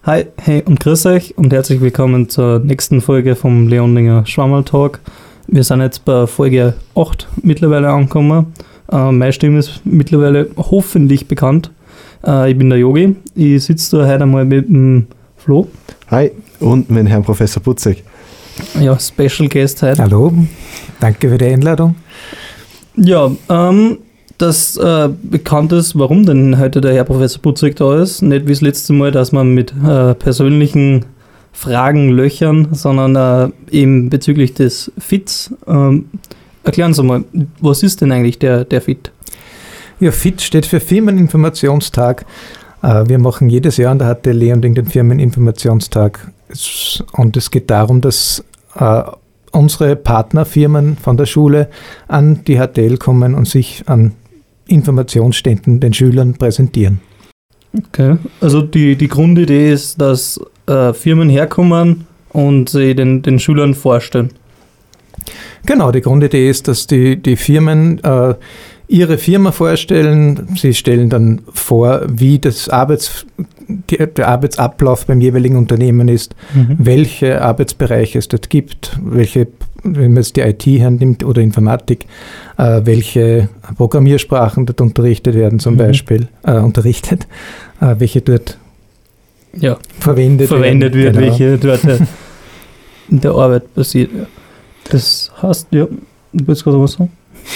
Hi, hey und grüß euch und herzlich willkommen zur nächsten Folge vom Leondinger Schwammerl-Talk. Wir sind jetzt bei Folge 8 mittlerweile angekommen. Meine Stimme ist mittlerweile hoffentlich bekannt. Ich bin der Yogi. Ich sitze da heute einmal mit dem Flo. Hi, und mit Herrn Professor Putzig. Ja, Special Guest heute. Hallo, danke für die Einladung. Ja, das bekannt ist, warum denn heute der Herr Professor Putzig da ist. Nicht wie das letzte Mal, dass man mit persönlichen Fragen löchern, sondern eben bezüglich des FITs. Erklären Sie mal, was ist denn eigentlich der FIT? Ja, FIT steht für Firmeninformationstag. Wir machen jedes Jahr an der HTL Leonding den Firmeninformationstag. Und es geht darum, dass unsere Partnerfirmen von der Schule an die HTL kommen und sich an Informationsständen den Schülern präsentieren. Okay, also die Grundidee ist, dass Firmen herkommen und sie den Schülern vorstellen. Genau, die Grundidee ist, dass die Firmen ihre Firma vorstellen. Sie stellen dann vor, wie der Arbeitsablauf beim jeweiligen Unternehmen ist, welche Arbeitsbereiche es dort gibt, welche, wenn man jetzt die IT hernimmt oder Informatik, welche Programmiersprachen dort unterrichtet werden zum Beispiel, welche dort verwendet wird, genau. Welche dort in der Arbeit passiert. Das heißt, ja, du willst gerade was sagen?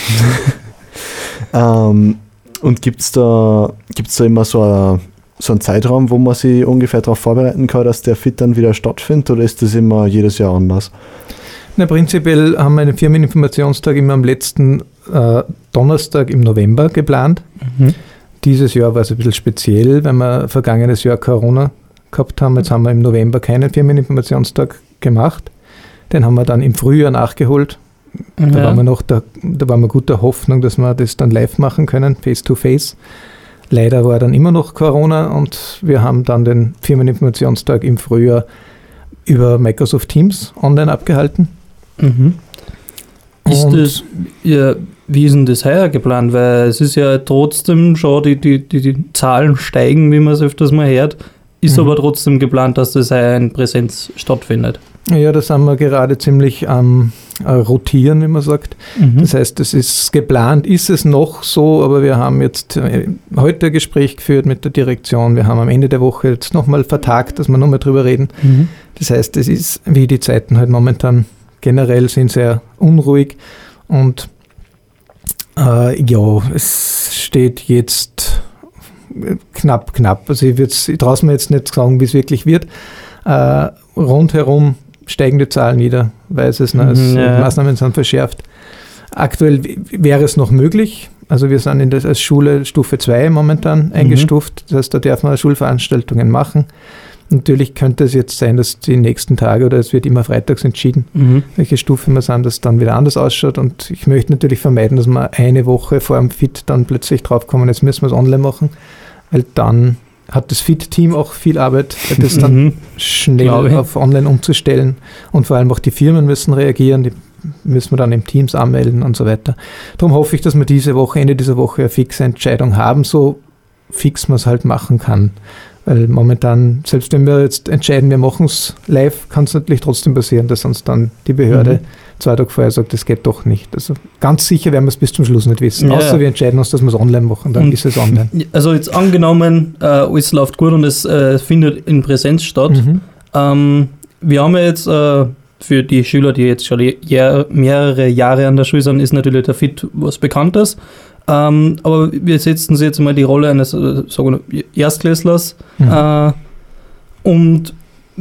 Und gibt's da immer so einen Zeitraum, wo man sich ungefähr darauf vorbereiten kann, dass der FIT dann wieder stattfindet, oder ist das immer jedes Jahr anders? Na, prinzipiell haben wir einen Firmeninformationstag immer am letzten Donnerstag im November geplant. Dieses Jahr war es ein bisschen speziell, weil wir vergangenes Jahr Corona gehabt haben. Jetzt haben wir im November keinen Firmeninformationstag gemacht. Den haben wir dann im Frühjahr nachgeholt. Da waren wir guter Hoffnung, dass wir das dann live machen können, face to face. Leider war dann immer noch Corona und wir haben dann den Firmeninformationstag im Frühjahr über Microsoft Teams online abgehalten. Wie ist denn das heuer geplant? Weil es ist ja trotzdem schon, die Zahlen steigen, wie man es öfters mal hört. Ist aber trotzdem geplant, dass das heuer in Präsenz stattfindet. Ja, da sind wir gerade ziemlich am Rotieren, wie man sagt. Das heißt, es ist geplant, ist es noch so, aber wir haben jetzt heute ein Gespräch geführt mit der Direktion. Wir haben am Ende der Woche jetzt nochmal vertagt, dass wir nochmal drüber reden. Das heißt, es ist, wie die Zeiten halt momentan generell sind, sehr unruhig. Und es steht jetzt knapp. Also ich traue es mir jetzt nicht sagen, wie es wirklich wird. Rundherum steigen die Zahlen wieder, weiß es nicht. Maßnahmen sind verschärft. Aktuell wäre es noch möglich. Also wir sind als Schule Stufe 2 momentan eingestuft. Das heißt, da darf man Schulveranstaltungen machen. Natürlich könnte es jetzt sein, dass die nächsten Tage, oder es wird immer freitags entschieden, welche Stufe wir sind, dass es dann wieder anders ausschaut. Und ich möchte natürlich vermeiden, dass wir eine Woche vor dem FIT dann plötzlich draufkommen, jetzt müssen wir es online machen, weil dann hat das FIT-Team auch viel Arbeit, das dann schnell auf online umzustellen. Und vor allem auch die Firmen müssen reagieren, die müssen wir dann im Teams anmelden und so weiter. Darum hoffe ich, dass wir Ende dieser Woche eine fixe Entscheidung haben, so fix man es halt machen kann. Weil momentan, selbst wenn wir jetzt entscheiden, wir machen es live, kann es natürlich trotzdem passieren, dass uns dann die Behörde 2 Tage vorher sagt, das geht doch nicht. Also ganz sicher werden wir es bis zum Schluss nicht wissen. Außer wir entscheiden uns, dass wir es online machen, dann ist es online. Also jetzt angenommen, alles läuft gut und es findet in Präsenz statt. Wir haben ja jetzt für die Schüler, die jetzt schon mehrere Jahre an der Schule sind, ist natürlich der FIT was Bekanntes. Aber wir setzen sie jetzt mal die Rolle eines Erstklässlers. Und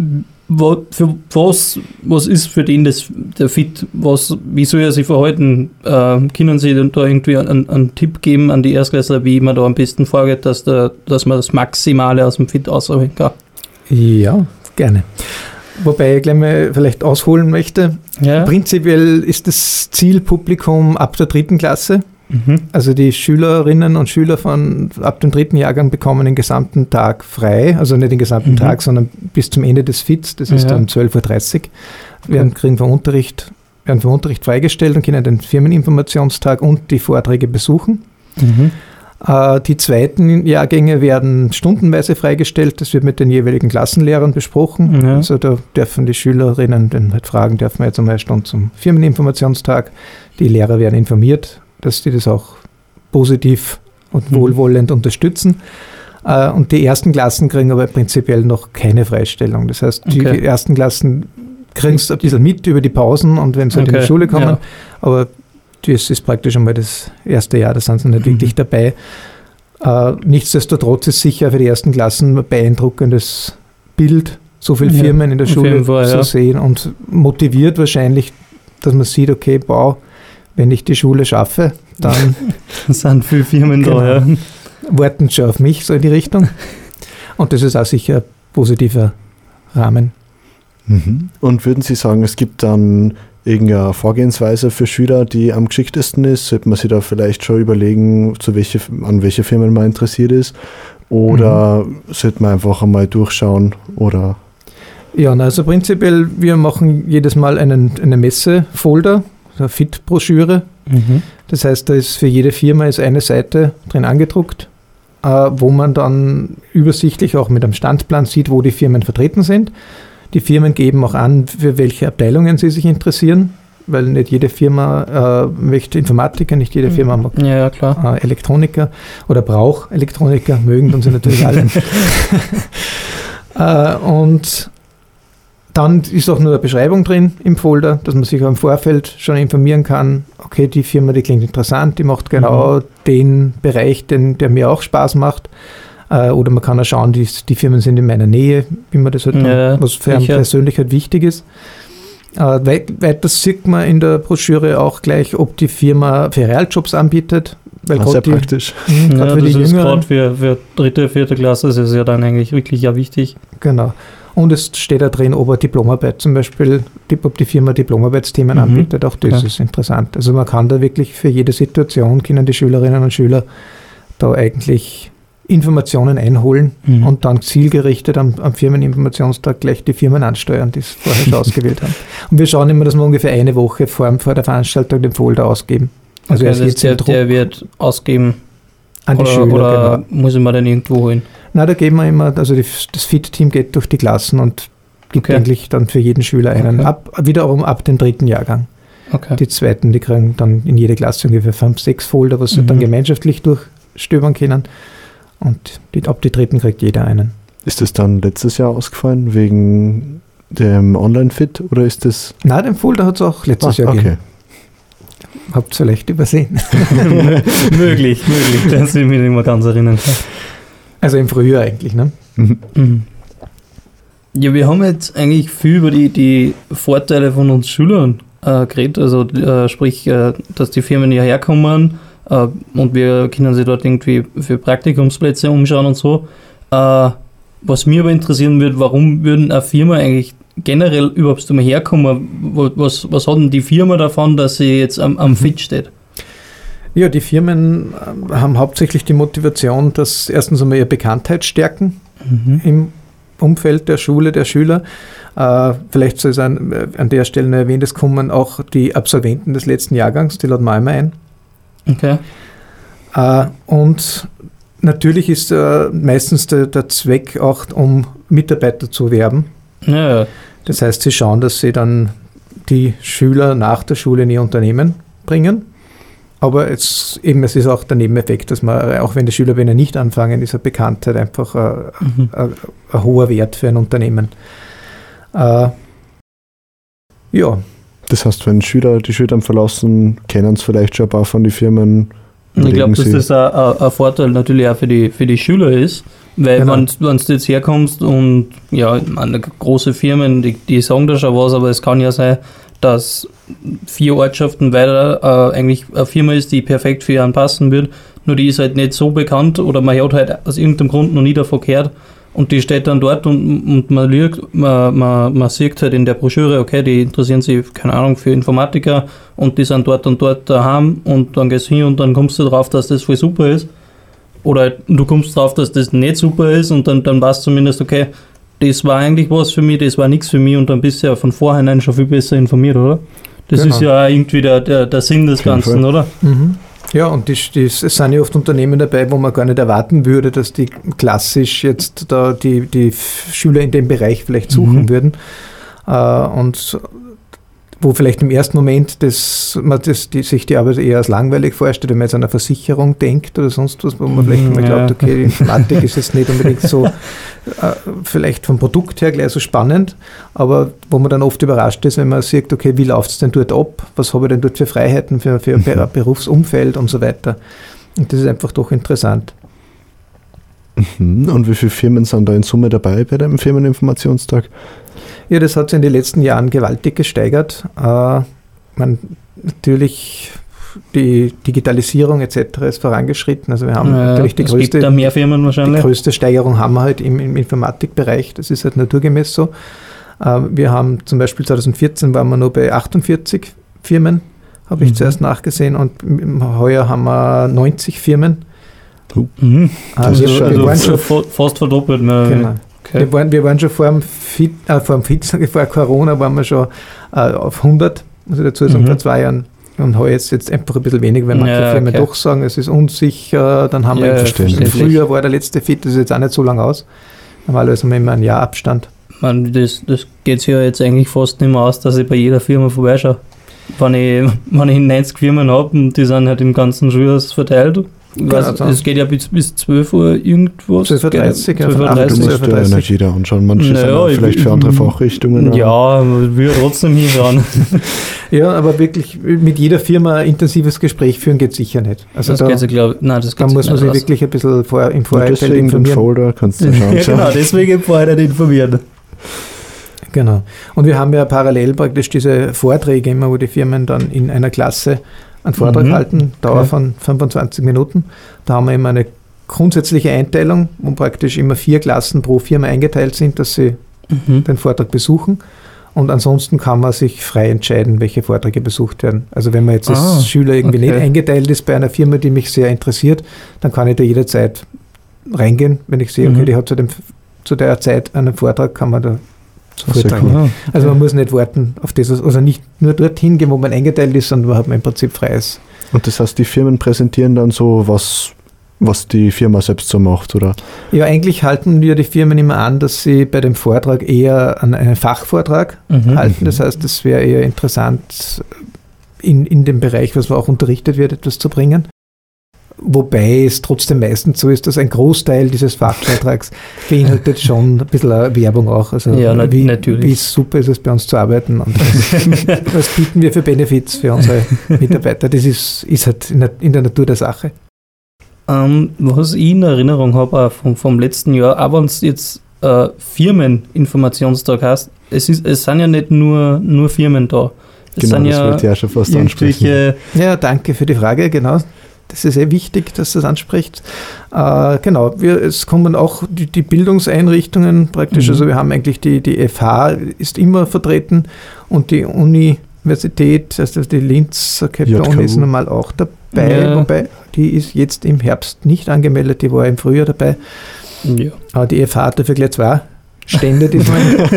was ist für den der FIT? Wie soll er sich verhalten? Können Sie da irgendwie einen Tipp geben an die Erstklässler, wie man da am besten vorgeht, dass man das Maximale aus dem FIT ausholen kann? Ja, gerne. Wobei ich gleich mal vielleicht ausholen möchte. Ja. Prinzipiell ist das Zielpublikum ab der 3. Klasse. Also die Schülerinnen und Schüler ab dem 3. Jahrgang bekommen den gesamten Tag frei, also nicht den gesamten Tag, sondern bis zum Ende des FITs, das ist dann 12.30 Uhr. Werden vom Unterricht freigestellt und können den Firmeninformationstag und die Vorträge besuchen. Die zweiten Jahrgänge werden stundenweise freigestellt. Das wird mit den jeweiligen Klassenlehrern besprochen. Ja. Also da dürfen die Schülerinnen dann halt fragen, dürfen wir jetzt einmal eine Stunde zum Firmeninformationstag. Die Lehrer werden informiert, dass die das auch positiv und wohlwollend unterstützen. Und die ersten Klassen kriegen aber prinzipiell noch keine Freistellung. Das heißt, die ersten Klassen kriegen es ein bisschen mit über die Pausen und wenn sie halt in die Schule kommen. Aber das ist praktisch einmal das erste Jahr, da sind sie nicht wirklich dabei. Nichtsdestotrotz ist sicher für die ersten Klassen ein beeindruckendes Bild, so viele Firmen in der Schule zu sehen und motiviert wahrscheinlich, dass man sieht, okay, wenn ich die Schule schaffe, dann sind viele Firmen da, warten schon auf mich, so in die Richtung. Und das ist auch sicher ein positiver Rahmen. Und würden Sie sagen, es gibt dann irgendeine Vorgehensweise für Schüler, die am geschicktesten ist? Sollte man sich da vielleicht schon überlegen, an welche Firmen man interessiert ist? Oder sollte man einfach einmal durchschauen? Oder? Ja, also prinzipiell, wir machen jedes Mal eine Messe-Folder, eine FIT-Broschüre. Das heißt, da ist für jede Firma ist eine Seite drin angedruckt, wo man dann übersichtlich auch mit einem Standplan sieht, wo die Firmen vertreten sind. Die Firmen geben auch an, für welche Abteilungen sie sich interessieren, weil nicht jede Firma möchte Informatiker, nicht jede Firma mag Elektroniker oder braucht Elektroniker, mögen uns natürlich alle. Und dann ist auch nur eine Beschreibung drin im Folder, dass man sich auch im Vorfeld schon informieren kann, okay, die Firma, die klingt interessant, die macht genau den Bereich, der mir auch Spaß macht. Oder man kann auch schauen, die Firmen sind in meiner Nähe, wie man das halt was für einen persönlich halt wichtig ist. Weiter sieht man in der Broschüre auch gleich, ob die Firma Ferialjobs anbietet. Weil sehr praktisch. Gerade für die Jüngeren. Gerade für 3., 4. Klasse ist es ja dann eigentlich wirklich wichtig. Genau. Und es steht da drin, ob Diplomarbeit zum Beispiel, ob die Firma Diplomarbeitsthemen anbietet. Auch das ist interessant. Also man kann da wirklich für jede Situation, können die Schülerinnen und Schüler da eigentlich Informationen einholen und dann zielgerichtet am Firmeninformationstag gleich die Firmen ansteuern, die es vorher schon ausgewählt haben. Und wir schauen immer, dass wir ungefähr eine Woche vor der Veranstaltung den Folder ausgeben. Also der wird ausgeben an die Schüler. Oder muss ich mir den irgendwo holen? Nein, da geben wir immer, also das FIT-Team geht durch die Klassen und gibt eigentlich dann für jeden Schüler einen, wiederum ab dem 3. Jahrgang. Die zweiten, die kriegen dann in jede Klasse ungefähr 5, 6 Folder, was sie dann gemeinschaftlich durchstöbern können. Und ab die 3. kriegt jeder einen. Ist das dann letztes Jahr ausgefallen, wegen dem Online-Fit, oder ist das... Nein, den Folder hat es auch letztes Jahr gegeben. Habt ihr leicht übersehen. möglich, dass ich mich nicht mehr ganz erinnern kann. Also im Frühjahr eigentlich, ne? Ja, wir haben jetzt eigentlich viel über die Vorteile von uns Schülern geredet, also sprich, dass die Firmen hierher kommen und wir können sie dort irgendwie für Praktikumsplätze umschauen und so. Was mich aber interessieren würde, warum würden eine Firma eigentlich generell überhaupt mal herkommen? Was hat denn die Firma davon, dass sie jetzt am FIT steht? Ja, die Firmen haben hauptsächlich die Motivation, dass erstens einmal ihre Bekanntheit stärken im Umfeld der Schule, der Schüler. Vielleicht soll es an der Stelle noch erwähnt, es kommen auch die Absolventen des letzten Jahrgangs, die laden wir einmal ein. Okay. Und natürlich ist meistens der Zweck auch, um Mitarbeiter zu werben. Ja. Das heißt, sie schauen, dass sie dann die Schüler nach der Schule in ihr Unternehmen bringen. Aber es ist auch der Nebeneffekt, dass man, auch wenn die Schüler, wenn nicht anfangen, ist eine Bekanntheit einfach ein hoher Wert für ein Unternehmen. Ja. Das heißt, wenn die Schüler dann verlassen, kennen es vielleicht schon ein paar von den Firmen. Ich glaube, dass das ein Vorteil natürlich auch für die Schüler ist, weil wenn du jetzt herkommst und ja, meine, große Firmen, die sagen da schon was, aber es kann ja sein, dass 4 Ortschaften weiter eigentlich eine Firma ist, die perfekt für einen passen wird, nur die ist halt nicht so bekannt oder man hat halt aus irgendeinem Grund noch nie davon gehört und die steht dann dort und man sieht halt in der Broschüre, okay, die interessieren sich, keine Ahnung, für Informatiker und die sind dort und dort daheim und dann gehst du hin und dann kommst du drauf, dass das voll super ist oder du kommst drauf, dass das nicht super ist und dann weißt du zumindest, okay, das war eigentlich was für mich, das war nichts für mich und dann bist du ja von vornherein schon viel besser informiert, oder? Das ist ja irgendwie der Sinn des Ganzen, oder? Ja, und es sind ja oft Unternehmen dabei, wo man gar nicht erwarten würde, dass die klassisch jetzt da die Schüler in dem Bereich vielleicht suchen würden. Und wo vielleicht im ersten Moment sich die Arbeit eher als langweilig vorstellt, wenn man jetzt an eine Versicherung denkt oder sonst was, wo man vielleicht mal glaubt, okay, die Informatik ist jetzt nicht unbedingt so, vielleicht vom Produkt her gleich so spannend, aber wo man dann oft überrascht ist, wenn man sieht, okay, wie läuft es denn dort ab, was habe ich denn dort für Freiheiten, für ein Berufsumfeld und so weiter. Und das ist einfach doch interessant. Und wie viele Firmen sind da in Summe dabei bei dem Firmeninformationstag? Ja, das hat sich in den letzten Jahren gewaltig gesteigert. Natürlich die Digitalisierung etc. ist vorangeschritten. Also wir haben natürlich die größte Steigerung haben wir halt im Informatikbereich. Das ist halt naturgemäß so. Wir haben zum Beispiel 2014 waren wir nur bei 48 Firmen, habe ich zuerst nachgesehen, und heuer haben wir 90 Firmen. Also wir waren schon fast verdoppelt. Genau. Okay. Wir waren schon vor Corona waren wir schon auf 100, muss ich dazu sagen, vor 2 Jahren. Und heuer ist jetzt einfach ein bisschen wenig, wenn manche Firmen doch sagen, es ist unsicher. Dann haben wir im Frühjahr war der letzte Fit, das ist jetzt auch nicht so lange aus. Normalerweise haben wir immer ein Jahr Abstand. Das geht sich ja jetzt eigentlich fast nicht mehr aus, dass ich bei jeder Firma vorbeischaue. Wenn ich 90 Firmen habe und die sind halt im ganzen Schuljahr verteilt. Es geht ja bis 12 Uhr irgendwas. 12.30 Uhr, Du musst ja nicht jeder anschauen. Manche sind auch vielleicht für andere Fachrichtungen. Ja, wir trotzdem hinschauen. Ja, aber wirklich mit jeder Firma ein intensives Gespräch führen geht sicher nicht. Also das geht sich, glaube ich, nein, das geht da muss man sich wirklich ein bisschen im Vorfeld informieren. Den Folder kannst du schauen. Ja, genau, deswegen im Vorfeld informieren. Genau. Und wir haben ja parallel praktisch diese Vorträge immer, wo die Firmen dann in einer Klasse einen Vortrag halten, Dauer von 25 Minuten. Da haben wir immer eine grundsätzliche Einteilung, wo praktisch immer 4 Klassen pro Firma eingeteilt sind, dass sie den Vortrag besuchen. Und ansonsten kann man sich frei entscheiden, welche Vorträge besucht werden. Also wenn man jetzt als Schüler irgendwie nicht eingeteilt ist bei einer Firma, die mich sehr interessiert, dann kann ich da jederzeit reingehen. Wenn ich sehe, okay, die hat zu der Zeit einen Vortrag, kann man da sofort reingehen. Cool. Also man muss nicht warten auf das, also nicht nur dorthin gehen, wo man eingeteilt ist, sondern man hat im Prinzip freies. Und das heißt, die Firmen präsentieren dann so, was die Firma selbst so macht, oder? Ja, eigentlich halten wir die Firmen immer an, dass sie bei dem Vortrag eher an einen Fachvortrag halten. Das heißt, es wäre eher interessant, in dem Bereich, was auch unterrichtet wird, etwas zu bringen. Wobei es trotzdem meistens so ist, dass ein Großteil dieses Fachvortrags beinhaltet schon ein bisschen Werbung auch. Also natürlich. Wie super ist es bei uns zu arbeiten und was bieten wir für Benefits für unsere Mitarbeiter. Das ist halt in der Natur der Sache. Was ich in Erinnerung habe vom letzten Jahr, auch wenn es jetzt Firmeninformationstag heißt, es sind ja nicht nur Firmen da. Genau, das wollte ich ja schon fast ansprechen. Ja, danke für die Frage, genau. Das ist sehr wichtig, dass du das ansprichst. Genau, es kommen auch die Bildungseinrichtungen praktisch, also wir haben eigentlich die FH ist immer vertreten und die Universität, also die Linz Uni ist normal auch dabei, wobei die ist jetzt im Herbst nicht angemeldet, die war im Frühjahr dabei. Ja. Aber die FH hat dafür gleich 2 Stände, die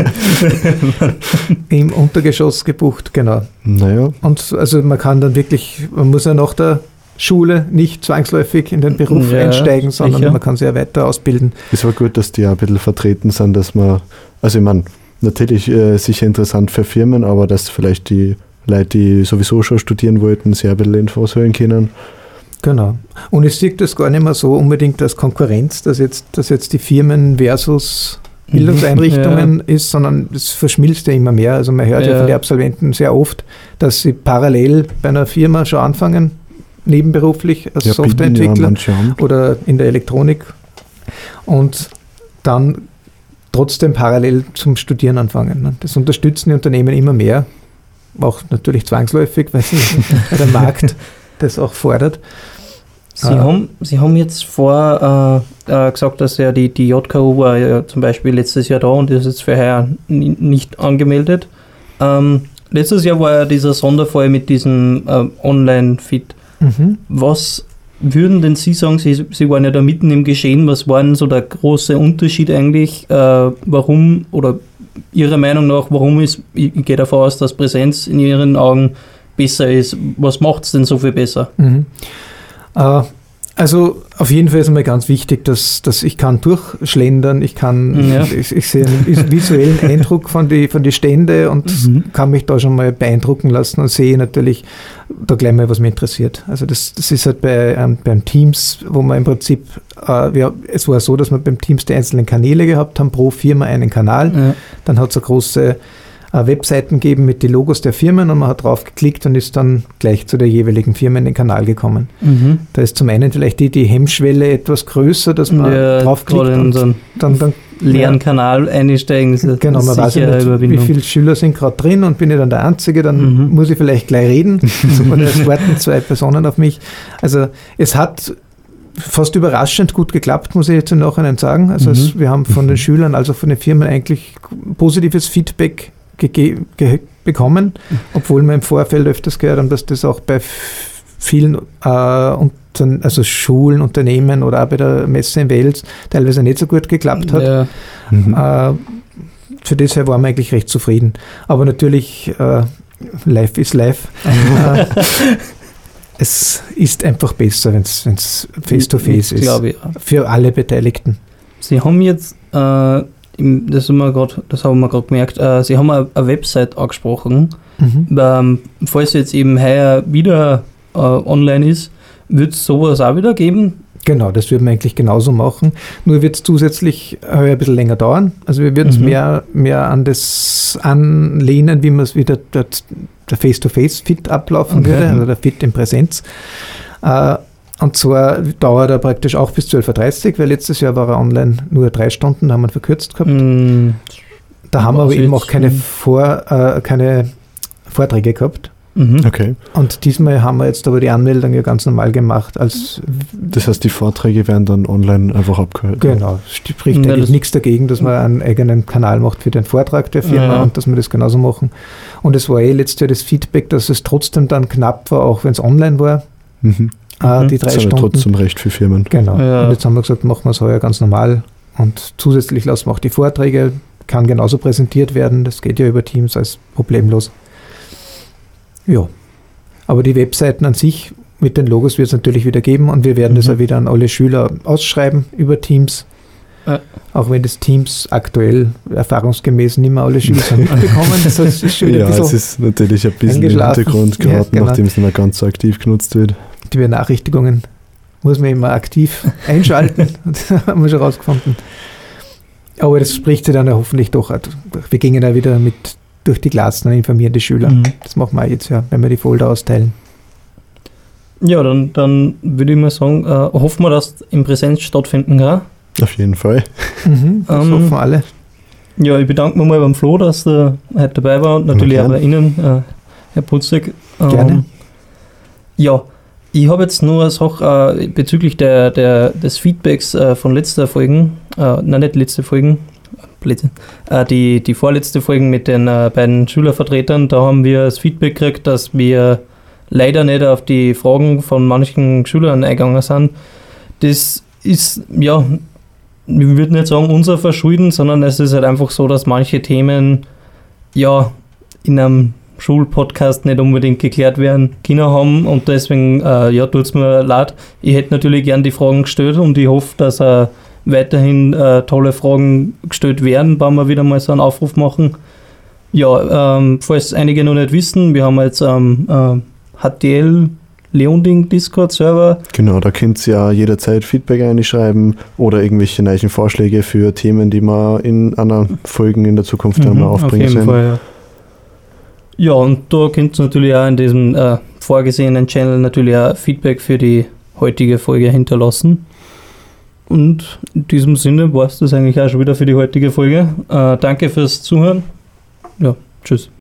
im Untergeschoss gebucht, genau. Naja. Und also man muss ja nach der Schule nicht zwangsläufig in den Beruf einsteigen, sondern man kann sich ja weiter ausbilden. Es war gut, dass die ja ein bisschen vertreten sind, dass man, also ich meine, natürlich sicher interessant für Firmen, aber dass vielleicht die Leute, die sowieso schon studieren wollten, sehr ein bisschen Infos hören können. Genau. Und ich sehe das gar nicht mehr so unbedingt als Konkurrenz, dass jetzt die Firmen versus Bildungseinrichtungen ist, sondern es verschmilzt ja immer mehr. Also man hört ja von den Absolventen sehr oft, dass sie parallel bei einer Firma schon anfangen, nebenberuflich als Softwareentwickler oder in der Elektronik und dann trotzdem parallel zum Studieren anfangen. Das unterstützen die Unternehmen immer mehr, auch natürlich zwangsläufig, weil der Markt das auch fordert. Sie haben jetzt vor gesagt, dass ja die JKU war ja zum Beispiel letztes Jahr da und ist jetzt für heuer nicht angemeldet. Letztes Jahr war ja dieser Sonderfall mit diesem Online-Fit. Was würden denn Sie sagen, Sie waren ja da mitten im Geschehen, was war denn so der große Unterschied eigentlich, warum oder Ihrer Meinung nach, ich gehe davon aus, dass Präsenz in Ihren Augen besser ist, was macht es denn so viel besser? Also auf jeden Fall ist mir ganz wichtig, dass ich kann durchschlendern, ich sehe einen visuellen Eindruck von die Stände und kann mich da schon mal beeindrucken lassen und sehe natürlich da gleich mal, was mich interessiert. Also das ist halt beim Teams, wo man im Prinzip, es war so, dass wir beim Teams die einzelnen Kanäle gehabt haben, pro Firma einen Kanal, dann hat es eine große Webseiten geben mit den Logos der Firmen und man hat drauf geklickt und ist dann gleich zu der jeweiligen Firma in den Kanal gekommen. Da ist zum einen vielleicht die Hemmschwelle etwas größer, dass man draufklickt und dann leeren Kanal einsteigen. Genau, man weiß ja nicht, wie viele Schüler sind gerade drin und bin ich dann der Einzige, dann muss ich vielleicht gleich reden oder es warten 2 Personen auf mich. Also es hat fast überraschend gut geklappt, muss ich jetzt im Nachhinein sagen. Also wir haben von den Schülern, also von den Firmen eigentlich positives Feedback bekommen, obwohl wir im Vorfeld öfters gehört haben, dass das auch bei vielen also Schulen, Unternehmen oder auch bei der Messe in Wales teilweise nicht so gut geklappt hat. Ja. Für das waren wir eigentlich recht zufrieden. Aber natürlich, live ist live. Es ist einfach besser, wenn es face-to-face ist. Glaube ich, ja. Für alle Beteiligten. Sie haben jetzt das haben wir gerade gemerkt, Sie haben eine Website angesprochen. Falls jetzt eben heuer wieder online ist, wird es sowas auch wieder geben? Genau, das würden wir eigentlich genauso machen. Nur wird es zusätzlich ein bisschen länger dauern. Also wir würden es mehr an das anlehnen, wie man es wieder der Face-to-Face-Fit ablaufen würde, also der Fit in Präsenz. Und zwar dauert er praktisch auch bis 12.30 Uhr, weil letztes Jahr war er online nur 3 Stunden, da haben wir ihn verkürzt gehabt. Da haben wir aber eben auch keine Vorträge gehabt. Okay. Und diesmal haben wir jetzt aber die Anmeldung ja ganz normal gemacht. Das heißt, die Vorträge werden dann online einfach abgehalten? Genau, spricht eigentlich nichts dagegen, dass man einen eigenen Kanal macht für den Vortrag der Firma und dass wir das genauso machen. Und es war letztes Jahr das Feedback, dass es trotzdem dann knapp war, auch wenn es online war. Die 3 Stunden. Trotzdem recht für Firmen. Genau. Ja. Und jetzt haben wir gesagt, machen wir es heuer ganz normal. Und zusätzlich lassen wir auch die Vorträge, kann genauso präsentiert werden. Das geht ja über Teams als problemlos. Ja. Aber die Webseiten an sich mit den Logos wird es natürlich wieder geben und wir werden das auch wieder an alle Schüler ausschreiben über Teams. Auch wenn das Teams aktuell erfahrungsgemäß nicht mehr alle Schüler mitbekommen. Das heißt, es ist natürlich ein bisschen im Hintergrund geraten, nachdem es nicht mehr ganz so aktiv genutzt wird. Die Benachrichtigungen muss man immer aktiv einschalten. Das haben wir schon rausgefunden. Aber das spricht sich dann ja hoffentlich doch. Wir gingen ja wieder durch die Klassen und informieren die Schüler. Das machen wir jetzt ja, wenn wir die Folder austeilen. Ja, dann würde ich mal sagen, hoffen wir, dass in Präsenz stattfinden kann. Auf jeden Fall. Das hoffen alle. Ja, ich bedanke mich mal beim Flo, dass er heute dabei war und natürlich auch bei Ihnen, Herr Putzig. Gerne. Ja, ich habe jetzt nur eine Sache bezüglich des Feedbacks von letzter Folgen, nicht letzte Folgen, die vorletzte Folgen mit den beiden Schülervertretern, da haben wir das Feedback gekriegt, dass wir leider nicht auf die Fragen von manchen Schülern eingegangen sind. Das ist, ja, ich würde nicht sagen unser Verschulden, sondern es ist halt einfach so, dass manche Themen ja in einem Schulpodcast nicht unbedingt geklärt werden können haben und deswegen tut es mir leid. Ich hätte natürlich gern die Fragen gestellt und ich hoffe, dass weiterhin tolle Fragen gestellt werden, wenn wir wieder mal so einen Aufruf machen. Ja, falls einige noch nicht wissen, wir haben jetzt HTL Leonding Discord-Server. Genau, da könnt ihr ja jederzeit Feedback einschreiben oder irgendwelche neuen Vorschläge für Themen, die wir in anderen Folgen in der Zukunft dann mal aufbringen auf jeden Fall, ja. Ja, und da könnt ihr natürlich auch in diesem vorgesehenen Channel natürlich auch Feedback für die heutige Folge hinterlassen. Und in diesem Sinne war es das eigentlich auch schon wieder für die heutige Folge. Danke fürs Zuhören. Ja, tschüss.